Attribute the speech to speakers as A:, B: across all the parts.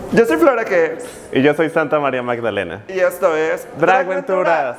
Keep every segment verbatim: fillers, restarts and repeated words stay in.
A: Yo soy Flora, ¿qué es?
B: Y yo soy Santa María Magdalena.
A: Y esto es
B: Dragventuras.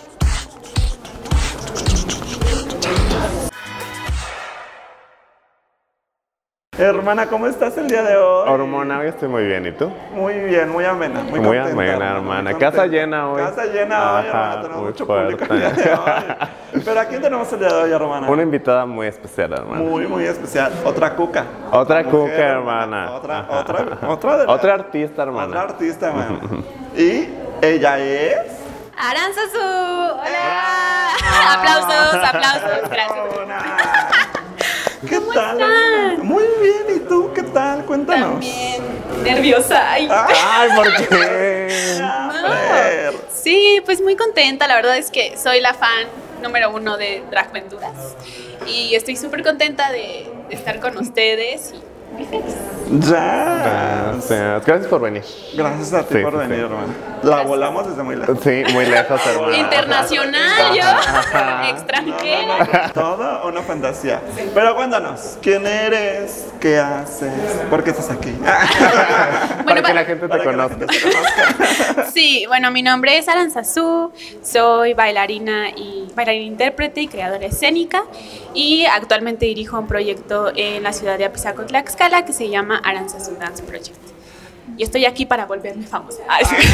A: Hermana, ¿cómo estás el día de hoy?
B: Hormona, hoy estoy muy bien, ¿y tú?
A: Muy bien, muy amena, muy,
B: Muy
A: contenta,
B: amena, hermana. Casa llena hoy.
A: Casa llena hoy,
B: Ajá,
A: hermana. Tenemos
B: muy
A: mucho
B: fuerte.
A: público el día de hoy. Pero ¿a quién tenemos el día de hoy, hermana?
B: Una invitada muy especial, hermana.
A: Muy, muy especial. Otra cuca.
B: Otra
A: Mujer,
B: cuca, hermana.
A: Otra,
B: Ajá.
A: otra, otra de la-
B: Otra artista, hermana.
A: Otra artista, hermana. Y ella es...
C: Aranzazu. ¡Hola! Aplausos, aplausos, gracias.
A: Hola. ¿Qué
C: ¿Cómo
A: tal?
C: están?
A: Muy bien, ¿y tú qué tal? Cuéntanos.
C: También nerviosa. Ay.
A: Ah,
B: Ay, ¿por qué?
A: a ver.
C: Sí, pues muy contenta. La verdad es que soy la fan número uno de Dragventuras. Y estoy súper contenta de, de estar con ustedes y muy feliz.
A: Ya.
B: Gracias. Gracias por venir.
A: Gracias a ti
B: Sí,
A: por
B: sí,
A: venir,
B: sí.
A: hermano. La volamos desde muy lejos.
B: Sí, muy lejos, hermana.
C: Internacional, yo.
B: Ajá.
C: Extranjera.
A: Todo una fantasía. Pero cuéntanos, ¿quién eres? ¿Qué haces? ¿Por qué estás aquí?
B: Para
C: Bueno,
B: que
C: pa-
B: la gente te
A: Para que la
B: conozca.
A: gente te conozca.
C: Sí, bueno, mi nombre es Aranzazu, soy bailarina y bailarina intérprete y creadora escénica y actualmente dirijo un proyecto en la ciudad de Apizaco, Tlaxcala que se llama Aranzazu Dance Project. Y estoy aquí para volverme famosa. Ay, sí.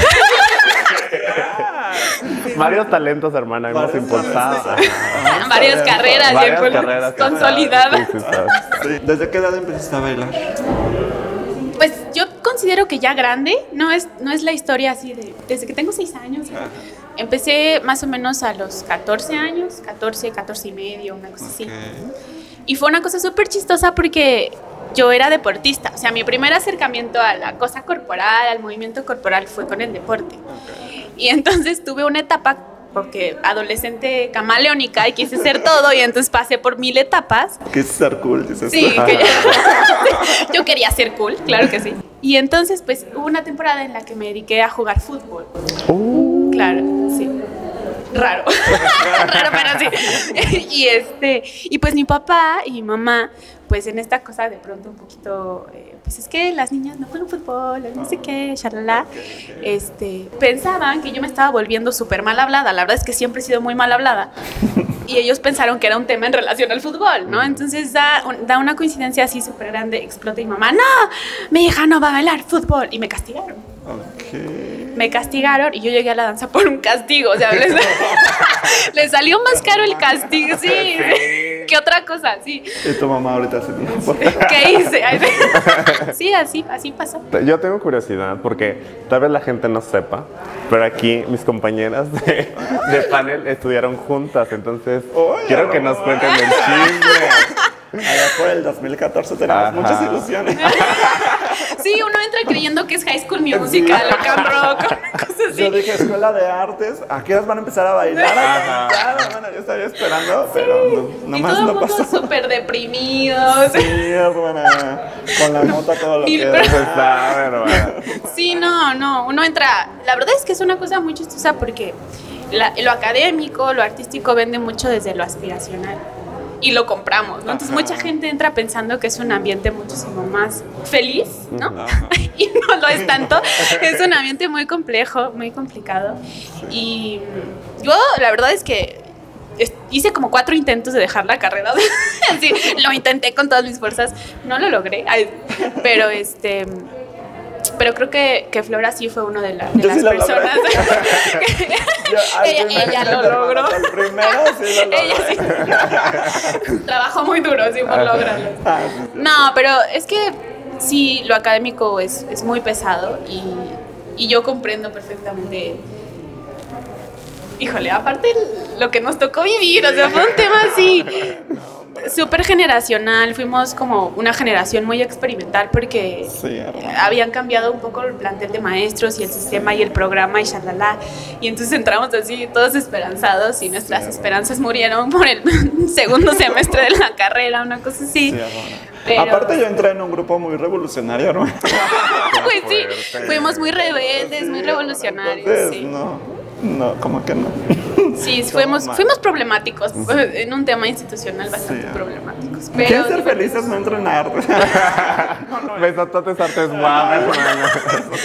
B: Varios talentos, hermana, hemos
A: Varios
B: impulsado.
A: talentos.
B: Ajá.
C: Varias carreras,
B: Varias
C: ya
B: carreras que
C: consolidadas.
B: estás- sí, sí, estás.
A: Sí. ¿Desde qué edad empezaste a bailar?
C: Pues yo considero que ya grande, no es, no es la historia así de desde que tengo seis años.
A: Ajá.
C: Empecé más o menos a los catorce años, catorce, catorce y medio, una cosa así.
A: Ok.
C: Y fue una cosa súper chistosa porque yo era deportista. O sea, mi primer acercamiento a la cosa corporal, al movimiento corporal, fue con el deporte. Y entonces tuve una etapa, porque adolescente camaleónica y quise ser todo, y entonces pasé por mil etapas.
A: Quise ser cool, dices
C: Sí,
A: tú.
C: que yo quería ser cool, claro que sí. Y entonces, pues, hubo una temporada en la que me dediqué a jugar fútbol.
B: Uh,
C: Claro, sí. Raro. Raro, pero sí. Y este, y pues mi papá y mi mamá, pues en esta cosa de pronto un poquito, eh, pues es que las niñas no juegan fútbol, no sé qué, shalala, este, pensaban que yo me estaba volviendo súper mal hablada. La verdad es que siempre he sido muy mal hablada. Y ellos pensaron que era un tema en relación al fútbol, ¿no? Entonces da, un- da una coincidencia así súper grande, explota y mamá, no, mi hija no va a bailar fútbol. Y me castigaron.
A: Ok.
C: Me castigaron y yo llegué a la danza por un castigo, o sea, les, les salió más caro el castigo, sí, que otra cosa, sí.
A: Y tu mamá ahorita se no importa.
C: ¿Qué hice? Ay, sí, así, así pasó.
B: Yo tengo curiosidad porque tal vez la gente no sepa, pero aquí mis compañeras de, de panel estudiaron juntas, entonces
A: Oye,
B: quiero que nos
A: Román.
B: cuenten el chisme.
A: Allá por el dos mil catorce tenemos
B: Ajá.
A: muchas ilusiones.
C: Sí, uno entra creyendo que es High School Musical, o Camp Rock, cosas
A: Yo
C: así.
A: dije, escuela de artes, ¿a qué horas van a empezar a bailar? A cantar, hermana, yo estaba esperando, pero no,
C: Y
A: nomás
C: todo el
A: no
C: mundo
A: pasó.
C: súper deprimidos.
A: Sí, hermana, con la nota todo lo
C: Mil
A: que
C: pro-
B: Pues está, hermana.
C: Sí, no, no, uno entra, la verdad es que es una cosa muy chistosa porque la- lo académico, lo artístico vende mucho desde lo aspiracional y lo compramos, ¿no? Entonces
A: Ajá.
C: mucha gente entra pensando que es un ambiente muchísimo más feliz, ¿no?
A: Ajá.
C: Y no lo es tanto, es un ambiente muy complejo, muy complicado. Y yo la verdad es que es- hice como cuatro intentos de dejar la carrera, así, lo intenté con todas mis fuerzas, no lo logré, ay, pero este... Pero creo que, que Flora sí fue una de, la- de
A: Yo
C: las
A: sí lo logré.
C: personas.
A: Yo, al
C: ella,
A: primer
C: ella lo
A: intento,
C: logró.
A: hermana, al primero sí lo logré.
C: Ella sí. Trabajó muy duro, sí, por lograrlo.
A: Ah, sí, sí.
C: No, pero es que sí, lo académico es, es muy pesado y, y yo comprendo perfectamente. Híjole, aparte lo que nos tocó vivir, o sea, fue un tema así súper generacional. Fuimos como una generación muy experimental porque
A: Sí, hermana.
C: habían cambiado un poco el plantel de maestros y el sistema y el programa y shalala. Y entonces entramos así todos esperanzados y nuestras
A: Sí,
C: esperanzas murieron por el segundo semestre de la carrera, una cosa así.
A: Sí, hermana.
C: Pero-
A: Aparte yo entré en un grupo muy revolucionario, hermana.
C: Pues sí,
B: fuerte.
C: fuimos muy rebeldes, muy revolucionarios.
A: Entonces,
C: Sí,
A: no, no, como que no.
C: sí
A: Como
C: fuimos,
A: mal.
C: fuimos problemáticos en un tema institucional bastante
A: Sí.
C: problemáticos.
A: ¿Quieren
C: Pero
A: ser felices? No entrenar.
B: Besototes artes guapas, hermana.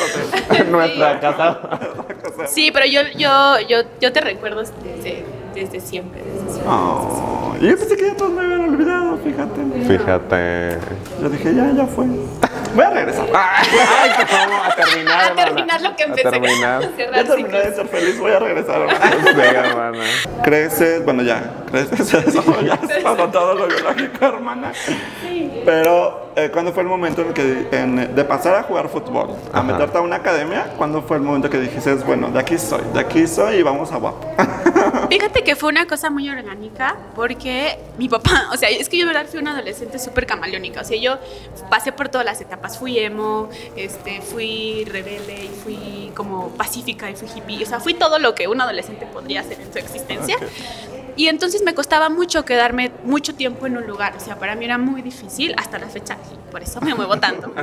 B: Nuestra casa.
C: Sí, pero yo, yo, yo, yo te recuerdo desde, desde siempre. Desde siempre,
A: Oh,
C: desde siempre.
A: y yo pensé que ya todos me habían olvidado, fíjate.
B: Fíjate.
A: Yo dije, ya, ya fue. Voy a regresar.
B: Ay, pues vamos a terminar,
C: A
B: hermana.
C: terminar lo que empecé.
B: A terminar.
C: Cerrar
A: Ya terminé
C: ciclos.
A: de ser feliz, voy a regresar.
B: Sí, hermana.
A: Creces, bueno, ya, creces eso, ya pasó todo lo biológico, hermana. Pero, eh, ¿cuándo fue el momento en el que, en- de pasar a jugar fútbol, a
B: Ajá.
A: meterte a una academia? ¿Cuándo fue el momento que dijiste, bueno, de aquí soy, de aquí soy y vamos a guapo?
C: Fíjate que fue una cosa muy orgánica porque mi papá, o sea, es que yo de verdad fui una adolescente súper camaleónica, o sea, yo pasé por todas las etapas, fui emo, este, fui rebelde y fui como pacífica y fui hippie, o sea, fui todo lo que un adolescente podría hacer en su existencia. Y entonces me costaba mucho quedarme mucho tiempo en un lugar, o sea, para mí era muy difícil hasta la fecha, y por eso me muevo tanto.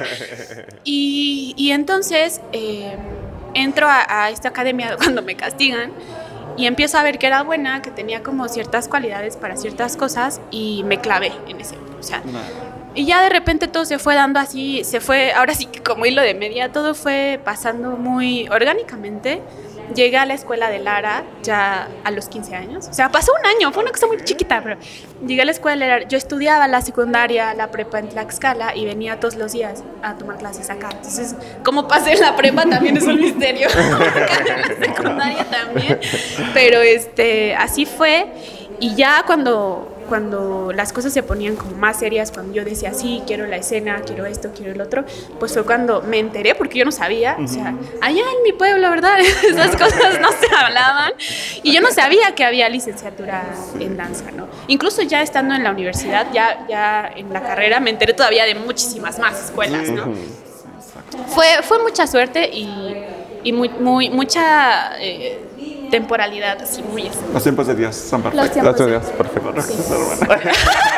C: Y, y entonces eh, entro a, a esta academia cuando me castigan y empiezo a ver que era buena, que tenía como ciertas cualidades para ciertas cosas y me clavé en ese, o sea, y ya de repente todo se fue dando así, se fue, ahora sí que como hilo de media, todo fue pasando muy orgánicamente. Llegué a la escuela de Lara ya a los quince años, o sea, pasó un año, fue una cosa muy chiquita, pero llegué a la escuela de Lara, yo estudiaba la secundaria, la prepa en Tlaxcala y venía todos los días a tomar clases acá, entonces, como pasé en la prepa también es un misterio, en la secundaria también, pero este, así fue, y ya cuando... cuando las cosas se ponían como más serias, cuando yo decía, sí, quiero la escena, quiero esto, quiero el otro, pues fue cuando me enteré, porque yo no sabía, o sea, allá en mi pueblo, ¿verdad? Esas cosas no se hablaban, y yo no sabía que había licenciatura en danza, ¿no? Incluso ya estando en la universidad, ya, ya en la carrera, me enteré todavía de muchísimas más escuelas, ¿no? Fue, fue mucha suerte y, y muy, muy, mucha eh, temporalidad, así, muy eso.
A: Los tiempos de Dios son
C: Los
A: perfectos.
C: tiempos.
B: Gracias a Dios, perfecto.
C: Sí.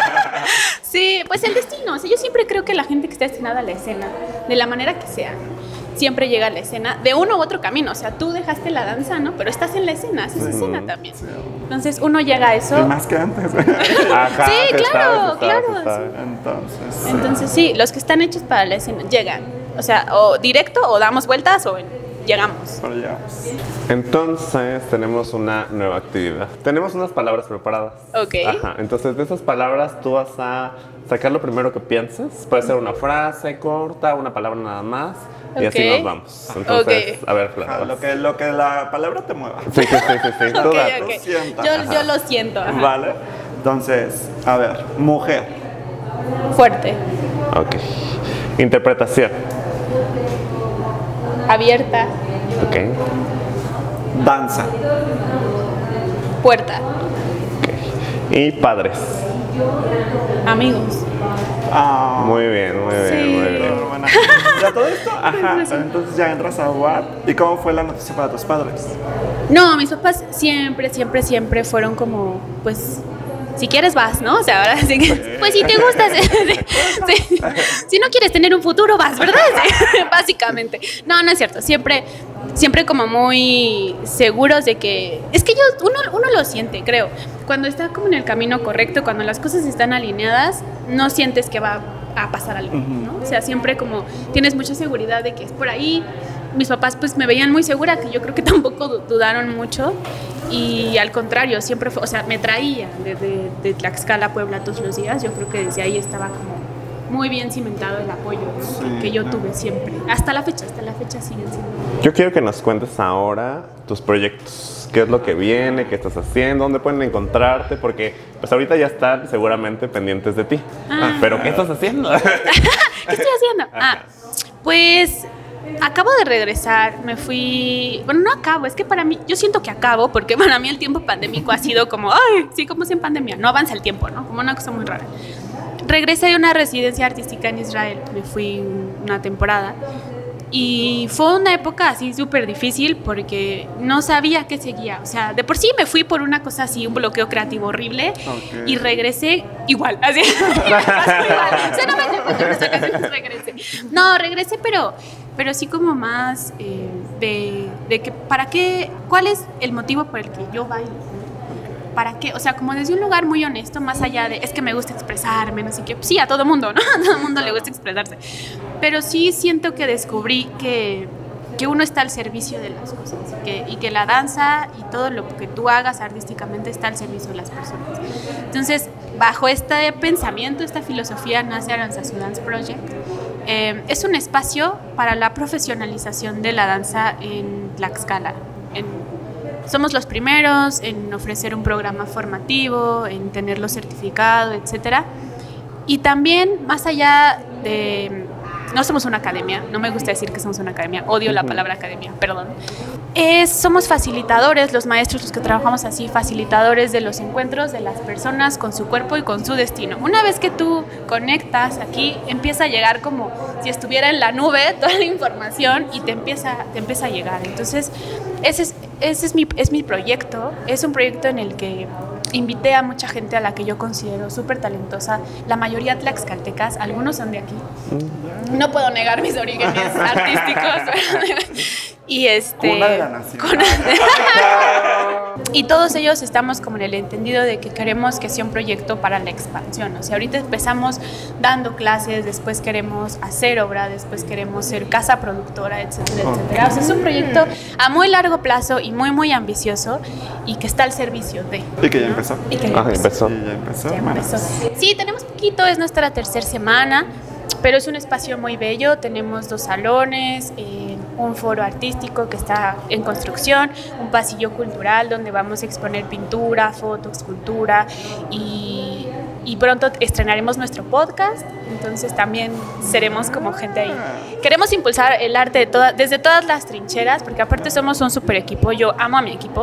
C: Sí, pues el destino. O sea, yo siempre creo que la gente que está destinada a la escena, de la manera que sea, siempre llega a la escena de uno u otro camino. O sea, tú dejaste la danza, ¿no? Pero estás en la escena, haces escena también. Entonces uno llega a eso.
A: Y más que antes.
B: Ajá,
C: Sí,
B: se
C: claro,
B: sabe, se sabe,
C: claro,
B: se sabe.
A: Entonces,
C: Entonces sí, los que están hechos para la escena llegan. O sea, o directo o damos vueltas o llegamos.
A: por allá.
B: Entonces tenemos una nueva actividad. Tenemos unas palabras preparadas.
C: Ok.
B: Ajá. Entonces de esas palabras tú vas a sacar lo primero que pienses. Puede ser una frase corta, una palabra nada más. Y así
C: Ok.
B: nos vamos. Entonces,
C: Ok.
B: a ver,
A: Ah,
B: Flavia.
A: lo, que, lo que la palabra te mueva.
B: Sí, sí, sí, sí, sí. Tú
C: Ok,
B: date.
C: ok.
A: sienta.
C: Yo, yo lo siento. Ajá.
A: Vale. Entonces, a ver, mujer,
C: Fuerte,
B: Ok. Interpretación.
C: abierta,
B: Ok.
A: danza,
C: puerta,
B: Ok. Y padres.
C: amigos.
A: ah,
B: Muy bien, muy bien,
C: Sí.
B: muy bien.
A: hermana. Ya todo esto, ajá, entonces ya entras a U A P. ¿Y cómo fue la noticia para tus padres?
C: No, mis papás siempre, siempre, siempre fueron como, pues, si quieres vas, ¿no? O sea, ahora sí que, pues si te gusta, sí, sí. Si no quieres tener un futuro, vas, ¿verdad? Sí, básicamente. No, no es cierto. Siempre, siempre como muy seguros de que, es que yo, uno, uno lo siente, creo. Cuando está como en el camino correcto, cuando las cosas están alineadas, no sientes que va a pasar algo, ¿no? O sea, siempre como tienes mucha seguridad de que es por ahí. Mis papás pues me veían muy segura, que yo creo que tampoco du- dudaron mucho, y al contrario, siempre fue, o sea, me traía de, de, de Tlaxcala a Puebla todos los días. Yo creo que desde ahí estaba como muy bien cimentado el apoyo, ¿no?
A: Sí,
C: que, que yo
A: ¿no?
C: tuve siempre, hasta la fecha, hasta la fecha siguen siendo.
B: Yo quiero que nos cuentes ahora tus proyectos. ¿Qué es lo que viene? ¿Qué estás haciendo? ¿Dónde pueden encontrarte? Porque pues ahorita ya están seguramente pendientes de ti.
C: Ah.
B: ¿Pero qué estás haciendo?
C: ¿Qué estoy haciendo? Ah, pues acabo de regresar, me fui, bueno, no acabo, es que para mí, yo siento que acabo, porque para mí el tiempo pandémico ha sido como, ay, sí, como si en pandemia, no avanza el tiempo, ¿no? Como una cosa muy rara. Regresé de una residencia artística en Israel, me fui una temporada, y fue una época así súper difícil porque no sabía qué seguía. O sea, de por sí me fui por una cosa así, un bloqueo creativo horrible,
A: Ok.
C: y regresé igual, así. igual. O sea, no me di cuenta, pero ocasiones regresé. No, regresé, pero, pero sí como más eh, de, de que, ¿para qué? ¿Cuál es el motivo por el que yo bailo? ¿Para qué? O sea, como desde un lugar muy honesto, más allá de, es que me gusta expresarme, no sé qué. Sí, a todo mundo, ¿no? A todo mundo le gusta expresarse. Pero sí siento que descubrí que, que uno está al servicio de las cosas y que, y que la danza y todo lo que tú hagas artísticamente está al servicio de las personas. Entonces, bajo este pensamiento, esta filosofía, nace Aranzazu Dance Project. Eh, es un espacio para la profesionalización de la danza en Tlaxcala. En, somos los primeros en ofrecer un programa formativo, en tenerlo certificado, etcétera. Y también, más allá de... No somos una academia, no me gusta decir que somos una academia, odio la palabra academia, perdón. Es, somos facilitadores, los maestros, los que trabajamos así, facilitadores de los encuentros de las personas con su cuerpo y con su destino. Una vez que tú conectas aquí, empieza a llegar como si estuviera en la nube toda la información y te empieza, te empieza a llegar. Entonces, ese es, ese es mi, es mi proyecto, es un proyecto en el que invité a mucha gente a la que yo considero súper talentosa, la mayoría tlaxcaltecas, algunos son de aquí. No puedo negar mis orígenes artísticos. Y este,
A: Cuna de la nación.
C: Cuna de... Y todos ellos estamos como en el entendido de que queremos que sea un proyecto para la expansión. O sea, ahorita empezamos dando clases, después queremos hacer obra, después queremos ser casa productora, etcétera, etcétera. O sea, es un proyecto a muy largo plazo y muy, muy ambicioso y que está al servicio de...
A: Y que ya empezó.
C: Y que ya
B: Ah,
C: empezó.
B: empezó.
A: Y ya empezó.
C: Ya empezó. Sí, tenemos poquito, es nuestra tercera semana, pero es un espacio muy bello. Tenemos dos salones, eh, un foro artístico que está en construcción, un pasillo cultural donde vamos a exponer pintura, foto, escultura y, y pronto estrenaremos nuestro podcast. Entonces también seremos como gente ahí. Queremos impulsar el arte de toda, desde todas las trincheras, porque aparte somos un super equipo. Yo amo a mi equipo.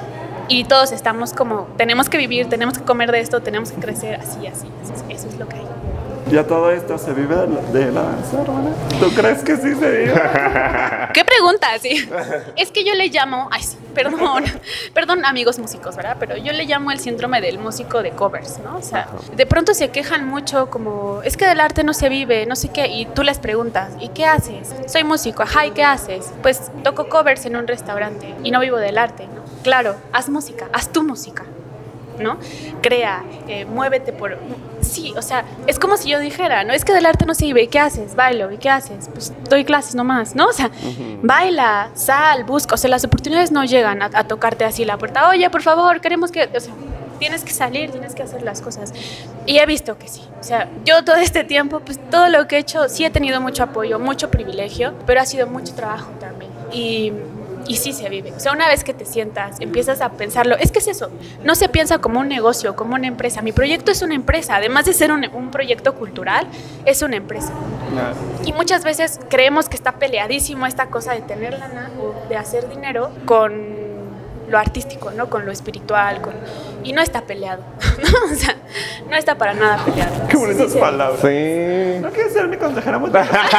C: Y todos estamos como, tenemos que vivir, tenemos que comer de esto, tenemos que crecer, así, así, así. Eso es lo que hay.
A: ¿Ya todo esto se vive de la, de la danza, hermana? ¿Tú crees que sí se vive?
C: ¿Qué pregunta? Sí. Es que yo le llamo, ay sí, perdón, perdón amigos músicos, ¿verdad? Pero yo le llamo el síndrome del músico de covers, ¿no? O sea, de pronto se quejan mucho como, es que del arte no se vive, no sé qué, y tú les preguntas, ¿y qué haces? Soy músico, ajá, ¿y qué haces? Pues toco covers en un restaurante y no vivo del arte, ¿no? Claro, haz música, haz tu música, ¿no? Crea, eh, muévete por... Sí, o sea, es como si yo dijera, no es que del arte no se vive, ¿y qué haces? Bailo, ¿y qué haces? Pues doy clases nomás, ¿no? O sea, uh-huh. baila, sal, busca, o sea, las oportunidades no llegan a, a tocarte así la puerta, oye, por favor, queremos que... O sea, tienes que salir, tienes que hacer las cosas. Y he visto que sí. O sea, yo todo este tiempo, pues todo lo que he hecho, sí he tenido mucho apoyo, mucho privilegio, pero ha sido mucho trabajo también. Y... Y sí se vive. O sea, una vez que te sientas, empiezas a pensarlo. Es que es eso. No se piensa como un negocio, como una empresa. Mi proyecto es una empresa. Además de ser un, un proyecto cultural, es una empresa. Claro. Y muchas veces creemos que está peleadísimo esta cosa de tener lana o de hacer dinero con lo artístico, ¿no? Con lo espiritual. Con... Y no está peleado. ¿No? O sea, no está para nada peleado.
A: Qué bonitas sí, palabras.
B: Sí.
A: No quieres ser mi consejera muy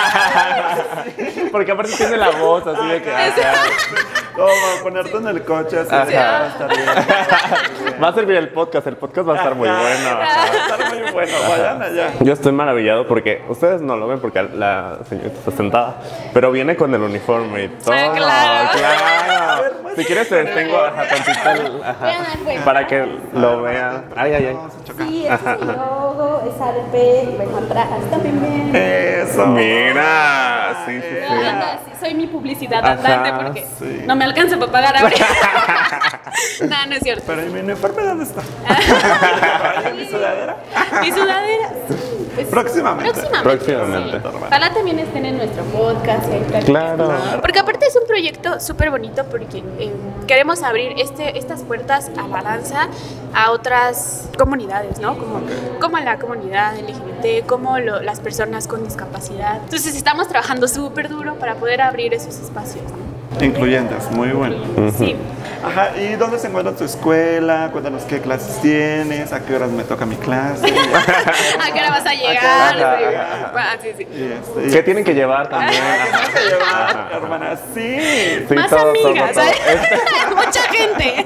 B: Porque aparte tiene la voz así de que...
A: Como ponerte en el coche así. Sí, va a estar bien.
B: Va a servir el podcast. El podcast va a estar muy bueno.
A: Va a estar muy bueno. Vayan allá.
B: Yo estoy maravillado porque ustedes no lo ven porque la señorita está sentada, pero viene con el uniforme y todo.
C: Ah, claro.
B: Claro. Ver, si quieres te tengo ajá, tantito el, ajá, para que lo vean. Ay, ay, ay.
C: Sí, es mi logo, es A D P y vengo atrás también bien.
A: Eso.
B: Mira. Sí, sí, sí.
C: Anda, sí, soy mi publicidad andante porque sí. no me alcanza para pagar ahorita. No, no es cierto.
A: Pero ¿y mi uniforme dónde está? ¿Mi sudadera?
C: Mi sudadera. Pues,
A: próximamente.
C: Próximamente.
B: Próximamente.
C: Sí. Ojalá también estén en nuestro podcast. Y
B: claro.
C: Porque aparte es un proyecto súper bonito porque eh, queremos abrir este, estas puertas a la danza a otras comunidades, ¿no? Como, como la comunidad L G B T, como lo, las personas con discapacidad. Entonces estamos trabajando súper duro para poder abrir esos espacios, ¿no?
A: Incluyentes, muy bueno.
C: Uh-huh. Sí.
A: Ajá, ¿y dónde se encuentra tu escuela? Cuéntanos qué clases tienes, a qué horas me toca mi clase.
C: ¿A qué hora vas a llegar?
A: Ajá,
C: sí.
A: Ajá.
C: Bueno, sí, sí.
A: Y este, y
B: ¿qué tienen que llevar también?
A: ¿Qué tienen que llevar, hermana? Sí.
B: sí
C: Más
B: todo,
C: amigas,
B: todo, todo.
C: ¿sabes? Mucha gente.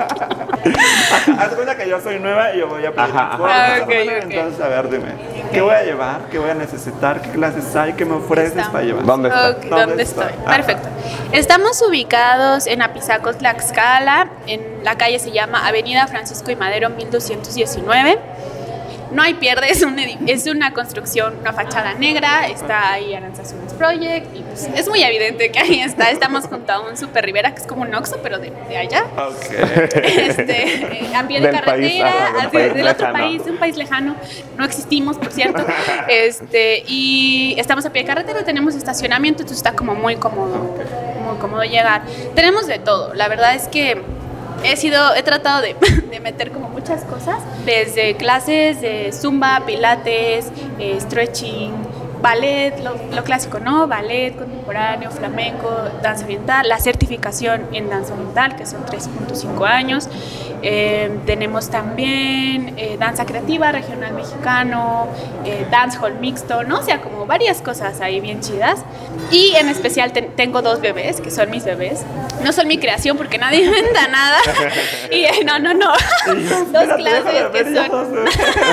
A: Haz cuenta que yo soy nueva y yo voy a pedir
B: Ajá,
A: informes,
C: ajá. Ah, okay, okay.
A: Entonces, a ver, dime, ¿qué voy a llevar? ¿Qué voy a necesitar? ¿Qué clases hay? ¿Qué me ofreces
C: Estamos.
A: para llevar?
B: ¿Dónde está?
C: Okay, ¿Dónde, ¿Dónde estoy? estoy? Perfecto. Estamos ubicados en Apizaco, Tlaxcala. En la calle se llama Avenida Francisco y Madero mil doscientos diecinueve. no hay pierde, es, un es una construcción, una fachada negra, está ahí Aranzazu Dance Project, y pues es muy evidente que ahí está, estamos junto a un Super Rivera, que es como un Oxxo, pero de, de allá.
A: Okay.
C: Este, a pie de
B: del
C: carretera,
B: país, ajá, del,
C: del,
B: país
C: del otro
B: lejano.
C: país, de un país lejano, no existimos, por cierto, este, y estamos a pie de carretera, tenemos estacionamiento, entonces está como muy cómodo, muy cómodo llegar. Tenemos de todo, la verdad es que he sido, he tratado de, de meter como muchas cosas, desde clases de zumba, pilates, eh, stretching, ballet, lo, lo clásico, ¿no? Ballet contemporáneo, flamenco, danza oriental, la certificación en danza oriental, que son tres punto cinco años. Eh, tenemos también eh, danza creativa, regional mexicano, eh, dancehall mixto, ¿no? O sea, como varias cosas ahí bien chidas. Y en especial te, tengo dos bebés, que son mis bebés. No son mi creación porque nadie inventa nada. Y eh, no, no, no. Dos clases que son,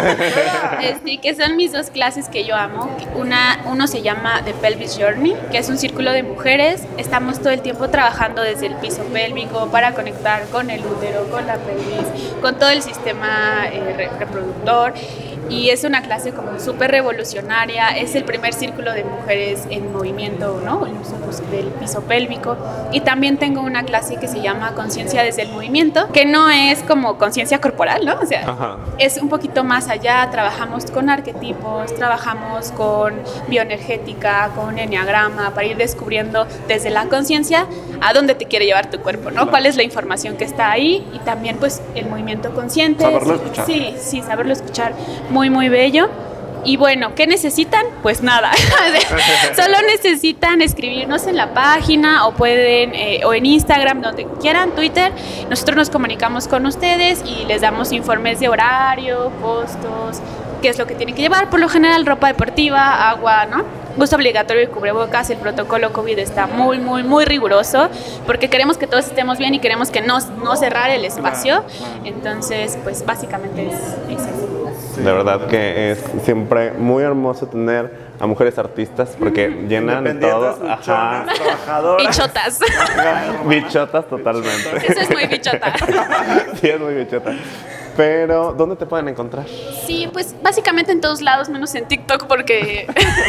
C: este, que son mis dos clases que yo amo. Una, uno se llama The Pelvis Journey, que es un círculo de mujeres. Estamos todo el tiempo trabajando desde el piso pélvico para conectar con el útero, con la pelvis, con todo el sistema eh, reproductor, y es una clase como súper revolucionaria. Es el primer círculo de mujeres en movimiento, ¿no? En uso del piso pélvico. Y también tengo una clase que se llama Conciencia desde el movimiento, que no es como conciencia corporal, ¿no? O sea, ajá, es un poquito más allá. Trabajamos con arquetipos, trabajamos con bioenergética, con enneagrama, para ir descubriendo desde la conciencia a dónde te quiere llevar tu cuerpo, ¿no? Claro. Cuál es la información que está ahí, y también pues el movimiento consciente.
A: Saberlo escuchar.
C: Sí, sí, saberlo escuchar. Muy, muy bello. Y bueno, ¿qué necesitan? Pues nada, solo necesitan escribirnos en la página, o pueden, eh, o en Instagram, donde quieran, Twitter. Nosotros nos comunicamos con ustedes y les damos informes de horario, costos, qué es lo que tienen que llevar. Por lo general, ropa deportiva, agua, ¿no? Uso obligatorio de cubrebocas. El protocolo COVID está muy, muy, muy riguroso, porque queremos que todos estemos bien y queremos que no, no cerrar el espacio. Entonces, pues básicamente es, es eso.
B: De verdad que es siempre muy hermoso tener a mujeres artistas, porque llenan todo.
A: Ajá.
C: Bichotas.
B: Bichotas totalmente.
C: Eso es muy bichota.
B: Sí, es muy bichota. Pero, ¿dónde te pueden encontrar?
C: Sí, pues básicamente en todos lados, menos en TikTok, porque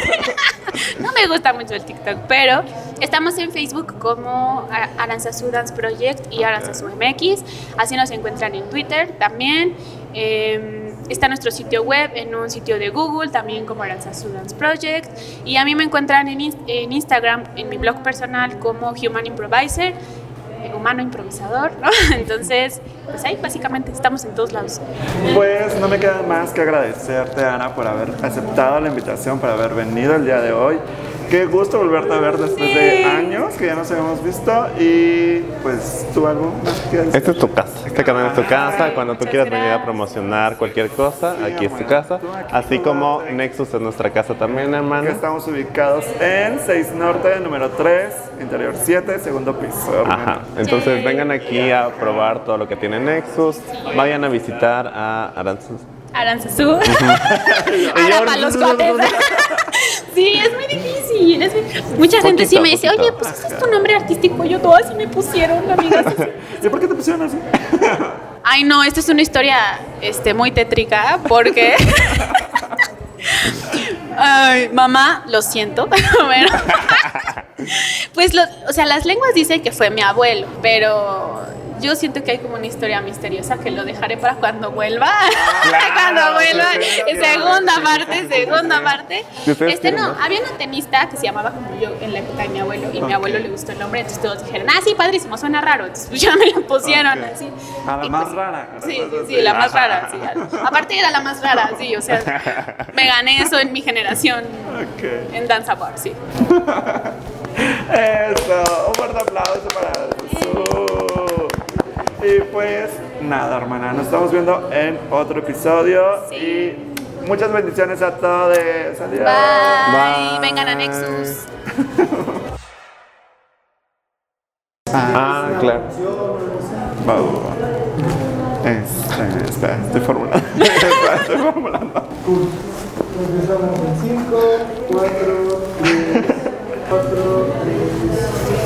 C: no me gusta mucho el TikTok, pero estamos en Facebook como Aranzazu Dance Project y Aranzazu M X, así nos encuentran en Twitter también. Eh, está nuestro sitio web en un sitio de Google, también como Aranzazu Dance Project, y a mí me encuentran en, en Instagram, en mi blog personal, como Human Improviser, humano improvisador, ¿no? Entonces, pues ahí básicamente estamos en todos lados.
A: Pues no me queda más que agradecerte, Ana, por haber aceptado la invitación, por haber venido el día de hoy. Qué gusto volverte a ver después sí. de años que ya nos habíamos visto. Y pues, ¿tú algo más que quieras decir?
B: Esta es tu casa. Este canal es tu casa. Ay, cuando tú quieras gracias. venir a promocionar cualquier cosa, sí, aquí es tu casa. Así como Nexus es nuestra casa también, hermano.
A: Que estamos ubicados en seis Norte, número tres, interior siete, segundo piso.
B: Ajá. Entonces sí. vengan aquí a probar todo lo que tiene Nexus. Vayan a visitar a Aranzazu.
C: Aranzazu. Ahora para los cuates. Sí, es muy difícil. Es muy... Mucha poquito, gente sí me dice, poquito. oye, pues ese es tu nombre artístico. Yo, todas sí me pusieron, amigas.
A: ¿Y por qué te pusieron así?
C: Ay, no, esta es una historia este, muy tétrica, porque... Ay, mamá, lo siento, bueno. Pues, lo, o sea, las lenguas dicen que fue mi abuelo, pero... yo siento que hay como una historia misteriosa que lo dejaré para cuando vuelva. Claro, cuando vuelva. Segunda parte, segunda parte. Este no, había una tenista que se llamaba como yo en la época de mi abuelo, y okay. mi abuelo le gustó el nombre, entonces todos dijeron, ah, sí, padrísimo, suena raro. Entonces pues ya me lo pusieron okay. así.
A: A la
C: y,
A: más
C: pues,
A: rara.
C: Sí, sí, sí, la más rara. Sí. Aparte era la más rara, sí, o sea, me gané eso en mi generación okay. en danza bar, sí.
A: Eso, un fuerte aplauso para eso. Y pues nada, hermana, nos estamos viendo en otro episodio. Sí. Y muchas bendiciones a todos. Adiós.
C: Bye. Bye. Vengan a Nexus.
B: Ah, claro.
A: Wow. Este, espera, estoy formulando. Espera, estoy formulando.
D: Empezamos en cinco, cuatro, tres, cuatro, tres.